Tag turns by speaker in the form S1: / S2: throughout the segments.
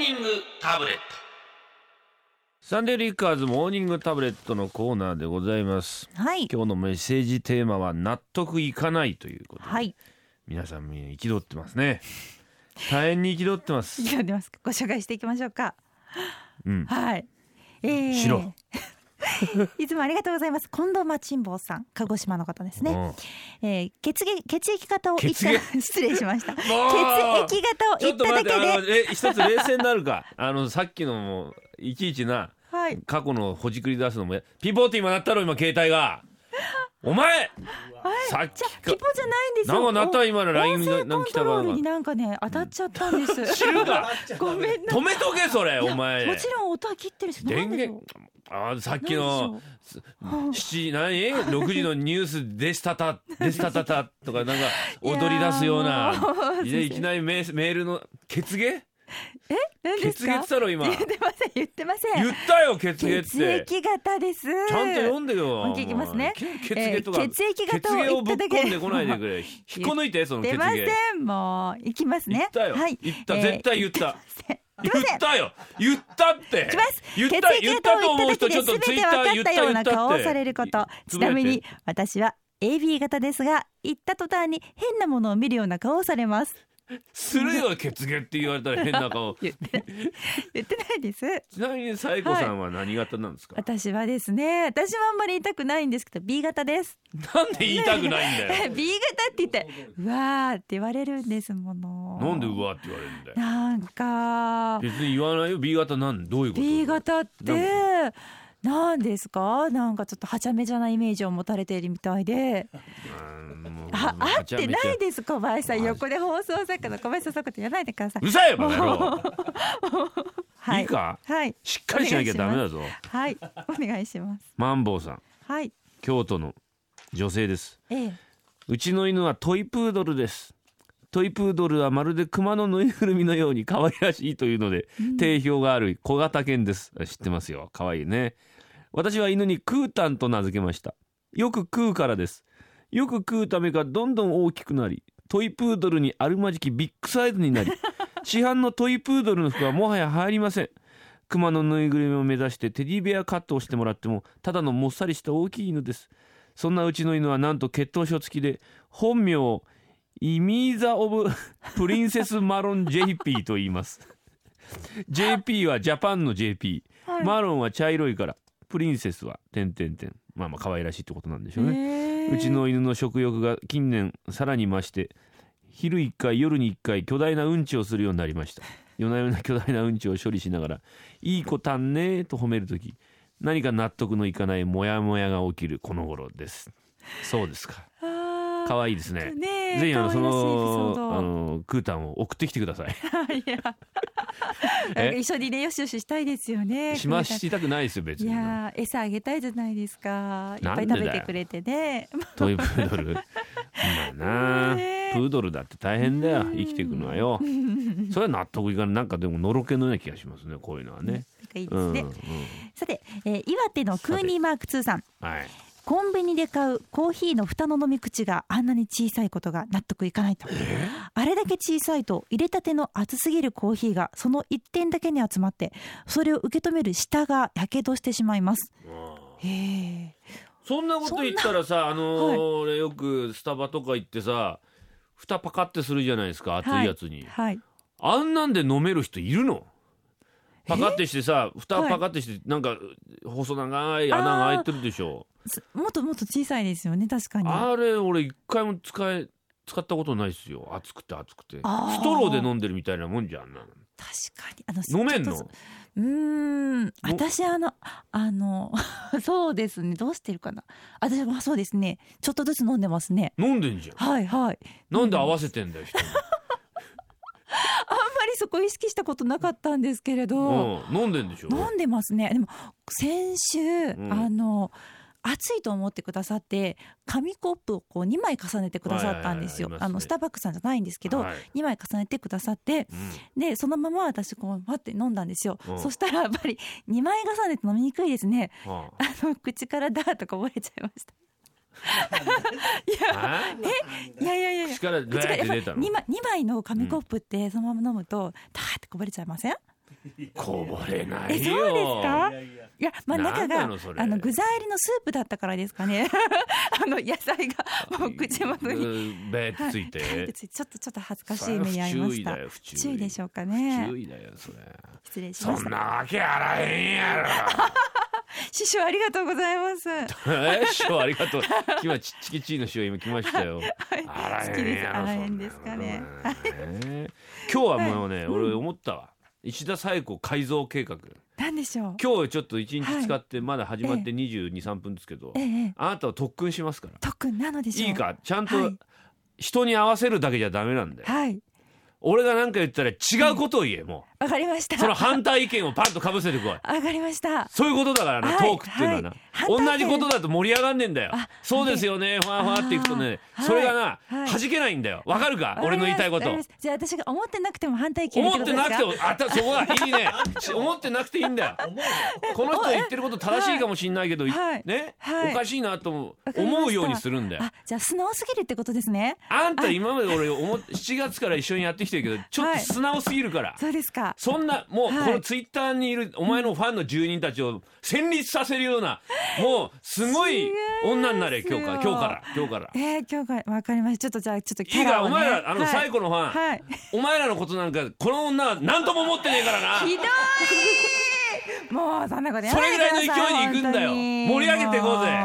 S1: ニングタブレット。
S2: サンデーリッカーズモーニングタブレットのコーナーでございます、
S3: はい、
S2: 今日のメッセージテーマは納得いかないということで、
S3: はい、皆
S2: さん憤ってますね。大変に憤ってます。
S3: 憤ってます。ご紹介していきましょうか。はい、
S2: しろ
S3: いつもありがとうございます。近藤マチンボウさん、鹿児島の方ですね。血液型を言った失礼しました。血液型を言っただけで
S2: 一つ冷静になるかさっきのもいちいちな、
S3: はい、
S2: 過去のほじくり出すのもピンポーって今なったろ、今携帯がお前さっきか
S3: ピポじゃないんですよ。
S2: なんかなった今の LINE
S3: 音声コントロールになんかね当たっちゃったんです、
S2: 知るか
S3: ごめんなさい。
S2: 止めとけそれお前。
S3: もちろん音は切ってるし、
S2: 電源さっきの6時のニュースでしたたとかなんか踊り出すようないきなりメールの血芸
S3: 何ですか。
S2: 血芸って言ったろ今。
S3: 言ってません
S2: 言ったよ血芸って。
S3: 血液型です。ち
S2: ゃんと読んでよ。
S3: もう聞きますね。
S2: 血芸とか
S3: 血液型を言っただけ
S2: 血芸をぶっ込んでこないでくれ。引っこ抜いてその血芸。
S3: 出ません。もう行きますね。
S2: 言ったよ、
S3: はい、
S2: 言った、絶対言った。言ったよ、言ったって。
S3: きます。
S2: 言った
S3: 血液型を言っただけで全て分かったような顔をされること。ちなみに私は AB 型ですが、言った途端に変なものを見るような顔をされます。
S2: するよ血芸って言われたら変な顔
S3: 言ってないです。
S2: ちなみにサイコさんは何型なんですか。
S3: 私はですね、私はあんまり言いたくないんですけど B 型です。
S2: なんで言いたくないんだよ
S3: B 型って言ってうわーって言われるんですもの。
S2: なんでうわーって言われるんだよ。
S3: なんか
S2: 別に言わないよ。 B 型どういうこと。
S3: B 型ってなんですか。なんかちょっとはちゃめちゃなイメージを持たれているみたいで。あってないです。小林さん、横で放送作家の小林さん、そういうこと言わないでください。
S2: うるさいよバカ野郎
S3: はい、
S2: いいか、
S3: はい、
S2: しっかりしなきゃダメだぞ。
S3: はい、お願いします。
S2: マンボウさん、
S3: はい、
S2: 京都の女性です、うちの犬はトイプードルです。トイプードルはまるで熊のぬいぐるみのように可愛らしいというので、定評がある小型犬です。知ってますよ、可愛いね。私は犬にクータンと名付けました。よく食うからです。よく食うためかどんどん大きくなり、トイプードルにあるまじきビッグサイズになり市販のトイプードルの服はもはや入りません。熊のぬいぐるみを目指してテディベアカットをしてもらってもただのもっさりした大きい犬です。そんなうちの犬はなんと血統書付きで、本名をイミーザ・オブ・プリンセス・マロン JP と言いますJP はジャパンの JP、はい、マロンは茶色いから、プリンセスはまあ可愛らしいってことなんでしょうね。うちの犬の食欲が近年さらに増して、昼1回夜に1回巨大なうんちをするようになりました。夜な夜な巨大なうんちを処理しながら、いい子たんねと褒めるとき、何か納得のいかないモヤモヤが起きるこの頃です。そうですか、可愛いですね。ぜひそのクータンを送ってきてください
S3: いや一緒にねよしよししたいですよね。
S2: したくないですよ別に。
S3: いや餌あげたいじゃないですか。いっぱい食べてくれてね。
S2: トイプードルまあな、プードルだって大変だよ、生きていくのはよそれは納得いかない。なんかでものろけのような気がしますね、こういうのはね。
S3: いいですね、さて、岩手のクーニーマーク2さん、
S2: はい、
S3: コンビニで買うコーヒーの蓋の飲み口があんなに小さいことが納得いかないと。あれだけ小さいと入れたての熱すぎるコーヒーがその一点だけに集まって、それを受け止める舌がやけどしてしまいます。
S2: そんなこと言ったらさ、俺よくスタバとか行ってさ、蓋パカってするじゃないですか、熱いやつに、あんなんで飲める人いるの？パカってしてさ、蓋パカってして、なんか細長い穴が開いてるでしょ。
S3: もっともっと小さいですよね、確かに。
S2: あれ俺一回も使ったことないですよ。熱くてストローで飲んでるみたいなもんじゃん。
S3: 確かに
S2: 飲めんの？
S3: 私そうですね、どうしてるかな。私はそうですね、ちょっとずつ飲んでますね。
S2: 飲んでんじゃん。
S3: はいはい。
S2: なんで合わせてんだよ人に
S3: あんまりそこ意識したことなかったんですけれど、
S2: 飲んでんでしょ。
S3: 飲んでますね。でも先週、暑いと思ってくださって紙コップをこう2枚重ねてくださったんですよ。スターバックスさんじゃないんですけど、2枚重ねてくださって、でそのまま私こう待って飲んだんですよ。そしたらやっぱり2枚重ねて飲みにくいですね。口からダーとか漏れちゃいましたいや
S2: 口からガーって出たの。
S3: 2枚の紙コップってそのまま飲むとダーってこぼれちゃいません？
S2: こぼれないよ。
S3: そうですか？いや、まあ、中が
S2: 具材
S3: 入りのスープだったからですかね。野菜がもう口元に
S2: べーっとついて、
S3: はい、ちょっと恥ずかしい目に遭いました。不注意でしょうかね。
S2: 不注意だよそれ。
S3: 失礼しました。
S2: そんなわけあらへんやろ。
S3: 師匠ありがとうございます。
S2: 師匠ありがとう。今ちっちきちいの師匠今来ましたよ。あらへんやろ。
S3: あらへんですかね。
S2: 今日はもうね、俺思ったわ。石田紗友子改造計画。
S3: 何でしょう。
S2: 今日ちょっと1日使ってまだ始まって22、3分ですけど、あなたは特訓しますから。
S3: 特訓なのでしょう。
S2: いいか、ちゃんと人に合わせるだけじゃダメなんだよ。
S3: はい。
S2: 俺が何か言ったら違うことを言え、もう。
S3: わかりました。
S2: その反対意見をパンとかぶせてこい。
S3: わかりました。
S2: そういうことだからな、トークっていうのはな。同じことだと盛り上がんねえんだよ。そうですよね、ふわふわっていくとね、それがな、弾けないんだよ。わかるか、俺の言いたいこと。
S3: じゃあ私が思ってなくても反対意見言ってことですか？
S2: 思ってなくても、そこはいいね。思ってなくていいんだよ。この人言ってること正しいかもしれないけど、ね、おかしいなと思うようにするんだよ。
S3: じゃあ素直すぎるってことですね。
S2: あんた今まで俺7月から一緒にやってきてるけど、ちょっと素直すぎるから。
S3: そうですか。
S2: そんなもうこのツイッターにいるお前のファンの住人たちを戦慄させるような、もうすごい女になれ、今日から。今日から
S3: わかりました。ちょっと
S2: いいか、お前ら最後のファン、お前らのことなんかこの女は何とも思ってねえからな。
S3: ひどい。もうそんなことや
S2: それぐらいの勢いで行くんだよ。盛り上げていこうぜ。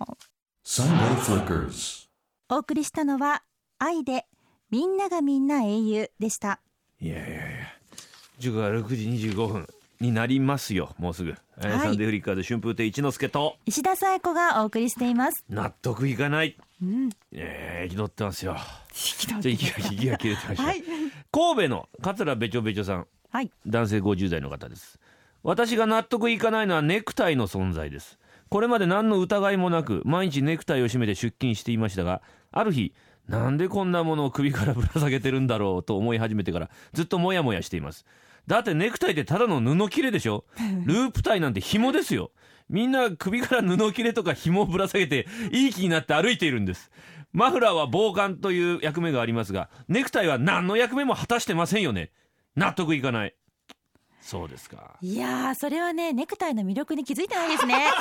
S1: Sunday Flickers。
S3: お送りしたのは愛でみんながみんな英雄でした。
S2: いや時刻は6時25分になりますよ、もうすぐ。サンデーフリッカーで春風亭一之輔と
S3: 石田紗友子がお送りしています。
S2: 納得いかない、憤ってますよ。じゃあ息が切れてました、神戸の桂べちょべちょさん、男性50代の方です。私が納得いかないのはネクタイの存在です。これまで何の疑いもなく毎日ネクタイを締めて出勤していましたが、ある日なんでこんなものを首からぶら下げてるんだろうと思い始めてからずっとモヤモヤしています。だってネクタイってただの布切れでしょ。ループタイなんて紐ですよ。みんな首から布切れとか紐をぶら下げていい気になって歩いているんです。マフラーは防寒という役目がありますが、ネクタイは何の役目も果たしてませんよね。納得いかない。そうですか。
S3: いやそれはね、ネクタイの魅力に気づいてないですね。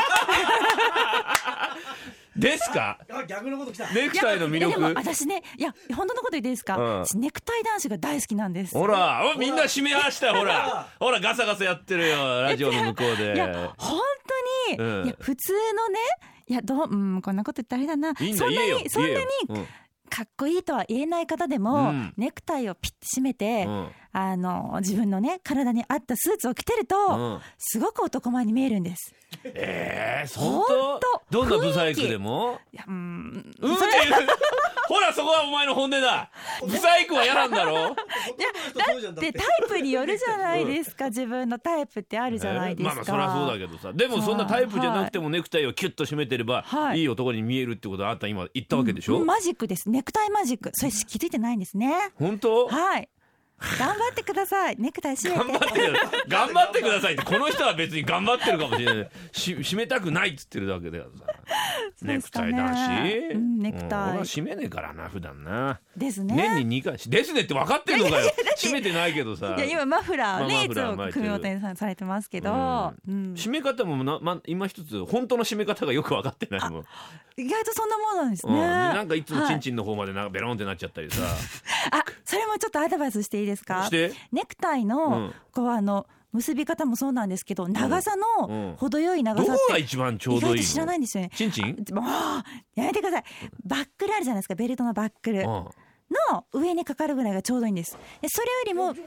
S2: ですか。
S4: 逆のこと来た。
S2: ネクタイの魅力。
S3: でも私ね、いや本当のこと言っていいですか、ネクタイ男子が大好きなんです。
S2: ほらみんな締め合わせたよ。ほらガサガサやってるよ、ラジオの向こうで。
S3: いや本当に、いや普通のね、いやこんなこと言ったらあれだな。そんなにかっこいいとは言えない方でも、ネクタイをピッて締めて、自分のね体に合ったスーツを着てると、すごく男前に見えるんです。
S2: 本当？どんなブサイクでも？いやほらそこはお前の本音だ。ブサイクは嫌なんだろ。いや
S3: だってタイプによるじゃないですか。自分のタイプってあるじゃないですか。
S2: まあそりゃそうだけどさ。でもそんなタイプじゃなくてもネクタイをキュッと締めてれば、いい男に見えるってことはあった今言ったわけでしょ。
S3: マジックです。ネクタイマジック。それ気づいてないんですね。
S2: 本当？
S3: はい。頑張ってください。ネクタイ締めて。
S2: 頑張ってくださいって、この人は別に頑張ってるかもしれない。締めたくないっつってるだけだからさ。ネクタイだし、
S3: ネクタイ
S2: 俺は締めねえからな普段な。
S3: ですね。
S2: 年に2回ですねって分かってんのかよ。締めてないけどさ。
S3: いや今マフラーね、いつも組み立てされてますけど、
S2: 締め方も今一つ本当の締め方がよく分かってないもん。
S3: 意外とそんなもんなんですね。
S2: なんかいつもチンチンの方までなんかベロンってなっちゃったりさ。
S3: それもちょっとアドバイスしていいですか。ネクタイのこう結び方もそうなんですけど、長さの程よい長さって
S2: どこが一番ちょうどいいの？意外と
S3: 知らないんですよね。
S2: チンチン？
S3: もうやめてください。バックルあるじゃないですか、ベルトのバックルの上にかかるぐらいがちょうどいいんです。それよりも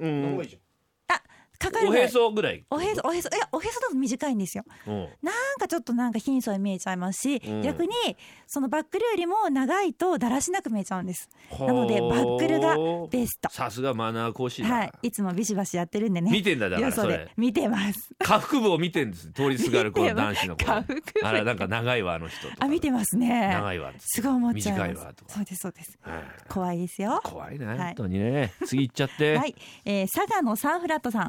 S3: かかるぐらい。
S2: おへそぐらい。
S3: おへそだと短いんですよ。なんかちょっとなんか貧相に見えちゃいますし、逆にそのバックルよりも長いとだらしなく見えちゃうんです。なのでバックルがベスト。
S2: さすがマナー講師だ。
S3: いつもビシバシやってるんでね。
S2: 見てんだからそれ。
S3: 見てます。
S2: 下腹部を見てんです。通りすがるこの男子の子。
S3: 下腹部。
S2: あれなんか長いわあの人とか。
S3: 見てますね。
S2: 長いわ。
S3: すごい思っちゃいます。
S2: 短いわとか。
S3: そうですそうです。怖いですよ。
S2: 怖いね本当にね。次行っちゃって。
S3: 佐賀のサンフラットさん。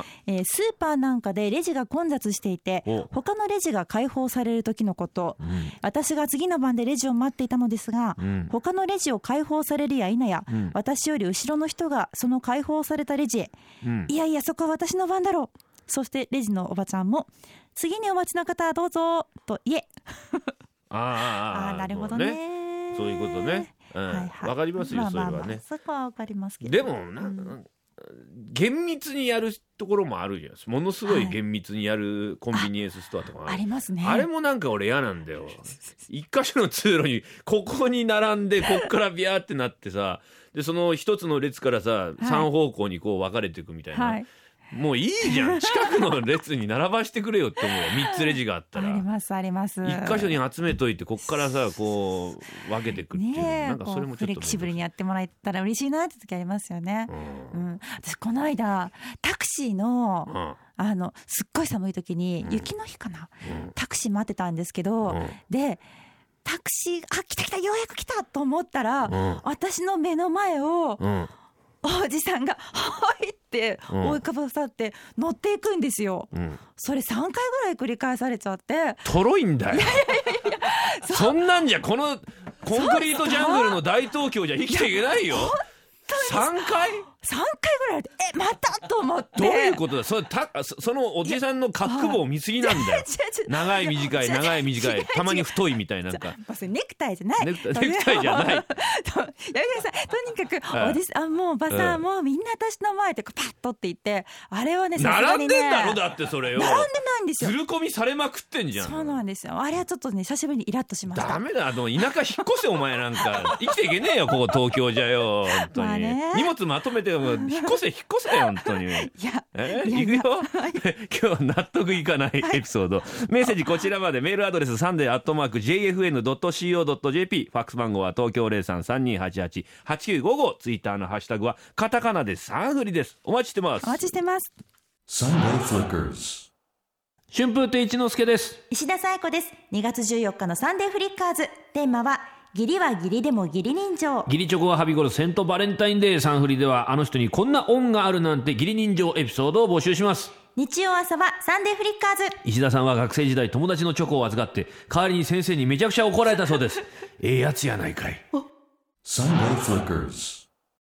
S3: スーパーなんかでレジが混雑していて他のレジが開放される時のこと、私が次の番でレジを待っていたのですが、他のレジを開放されるや否や、私より後ろの人がその開放されたレジへ、いやいやそこは私の番だろう。そしてレジのおばちゃんも次にお待ちの方どうぞと言えなるほどね、
S2: そういうことね、わかりますよ、それはね。
S3: そこはわかりますけど、
S2: でも厳密にやるところもあるじゃん。ものすごい厳密にやるコンビニエンスストアとか
S3: ありますね。
S2: あれもなんか俺嫌なんだよ。一箇所の通路にここに並んでこっからビャーってなってさ、でその一つの列からさ、3方向にこう分かれていくみたいな、もういいじゃん、近くの列に並ばしてくれよって思うよ。3つレジがあったら
S3: ありますあります。
S2: 1箇所に集めといてこっからさこう分けていくっていう、なんかそれもちょっと
S3: フレキシブルにやってもらえたら嬉しいなって時ありますよね。私この間タクシーの、すっごい寒い時に、雪の日かな、タクシー待ってたんですけど、でタクシー来たようやく来たと思ったら、私の目の前を、おじさんがはいって追いかぶさって乗っていくんですよ、それ3回ぐらい繰り返されちゃって。
S2: とろいんだよ。そんなんじゃこのコンクリートジャングルの大東京じゃ生きていけないよ。3回
S3: ぐらいまたと思って。
S2: どういうことだ。そのおじさんの下腹部を見すぎなんだよ。長い短い長い短い、たまに太いみたいな。なんか
S3: ネクタイじゃない、
S2: ネクタイじゃない。やめてください。
S3: とにかくおじさんもうおばさんもみんな私の前でパッとって言って、あれはね
S2: 並んでんだろ。だってそれよ、
S3: 並んでないんですよ。
S2: ずる込みされまくってんじゃん。
S3: そうなんですよ。あれはちょっとね久しぶりにイラッとしました。
S2: ダメだ、田舎引っ越せお前なんか生きていけねえよここ東京じゃよ本当に、荷物まとめて引っ越せ本当に。いや行くよ今日納得いかないエピソード、メッセージこちらまで。メールアドレスsunday@jfn.co.jp、 ファックス番号は東京 0332888955、 ツイッターのハッシュタグはカタカナでサンフリです。お待ちしてます。
S3: お待ちしてます。
S1: Sunday Flickers。
S2: 春風亭一之輔です。
S3: 石田紗友子です。2月14日のサンデーフリッカーズ、テーマは義理は義理でも義理人情。
S2: 義理チョコははびこるセントバレンタインデー。サンフリではあの人にこんな恩があるなんて義理人情エピソードを募集します。
S3: 日曜朝はサンデーフリッカーズ。
S2: 石田さんは学生時代友達のチョコを預かって代わりに先生にめちゃくちゃ怒られたそうです。ええやつやないかい。
S1: Sunday Flickers。